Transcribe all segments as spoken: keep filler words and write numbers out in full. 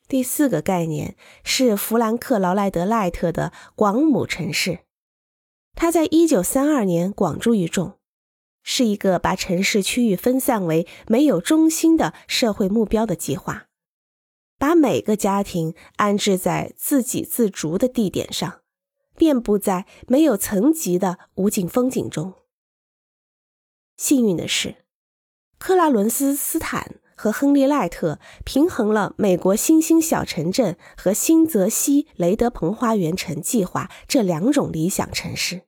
第四个概念是弗兰克·劳莱德·赖特的广姆城市。他在一九三二年广著于众，是一个把城市区域分散为没有中心的社会目标的计划，把每个家庭安置在自给自足的地点上，遍布在没有层级的无尽风景中。幸运的是，克拉伦斯·斯坦和亨利·赖特平衡了美国新兴小城镇和新泽西雷德彭花园城计划这两种理想城市。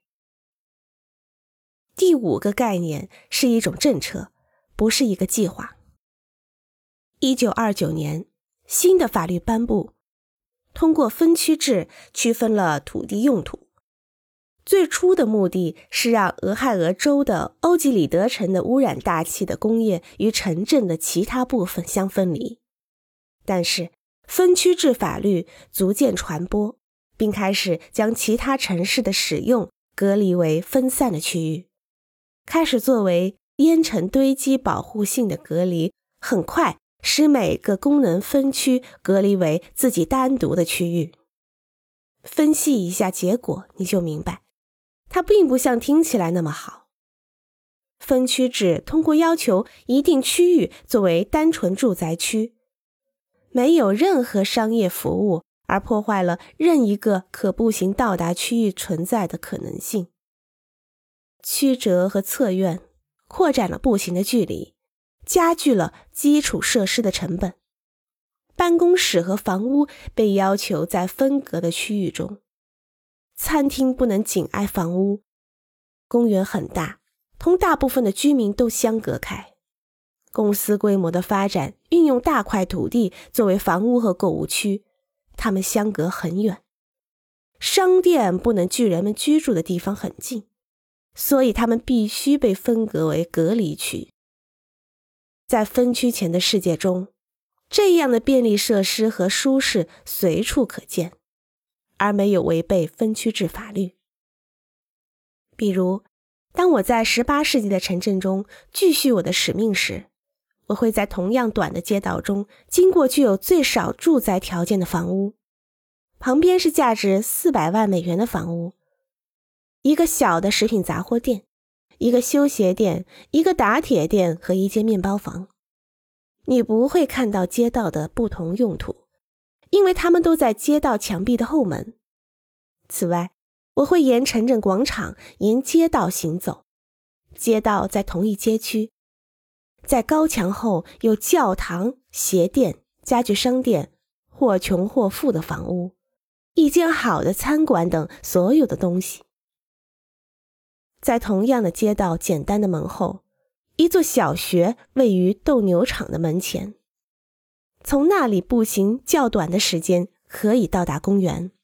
第五个概念是一种政策，不是一个计划。一九二九年，新的法律颁布，通过分区制区分了土地用途。最初的目的是让俄亥俄州的欧几里德城的污染大气的工业与城镇的其他部分相分离。但是分区制法律逐渐传播，并开始将其他城市的使用隔离为分散的区域，开始作为烟尘堆积保护性的隔离，很快使每个功能分区隔离为自己单独的区域。分析一下结果，你就明白它并不像听起来那么好。分区制通过要求一定区域作为单纯住宅区，没有任何商业服务，而破坏了任一个可步行到达区域存在的可能性。曲折和侧院扩展了步行的距离，加剧了基础设施的成本。办公室和房屋被要求在分隔的区域中，餐厅不能紧挨房屋，公园很大，同大部分的居民都相隔开。公司规模的发展运用大块土地作为房屋和购物区，它们相隔很远。商店不能距人们居住的地方很近，所以它们必须被分隔为隔离区。在分区前的世界中，这样的便利设施和舒适随处可见，而没有违背分区制法律。比如，当我在十八世纪的城镇中继续我的使命时，我会在同样短的街道中经过具有最少住宅条件的房屋，旁边是价值四百万美元的房屋，一个小的食品杂货店，一个修鞋店，一个打铁店和一间面包房。你不会看到街道的不同用途，因为它们都在街道墙壁的后门。此外，我会沿城镇广场沿街道行走，街道在同一街区，在高墙后有教堂、鞋店、家具商店、或穷或富的房屋，一间好的餐馆等所有的东西。在同样的街道简单的门后，一座小学位于斗牛场的门前，从那里步行较短的时间可以到达公园。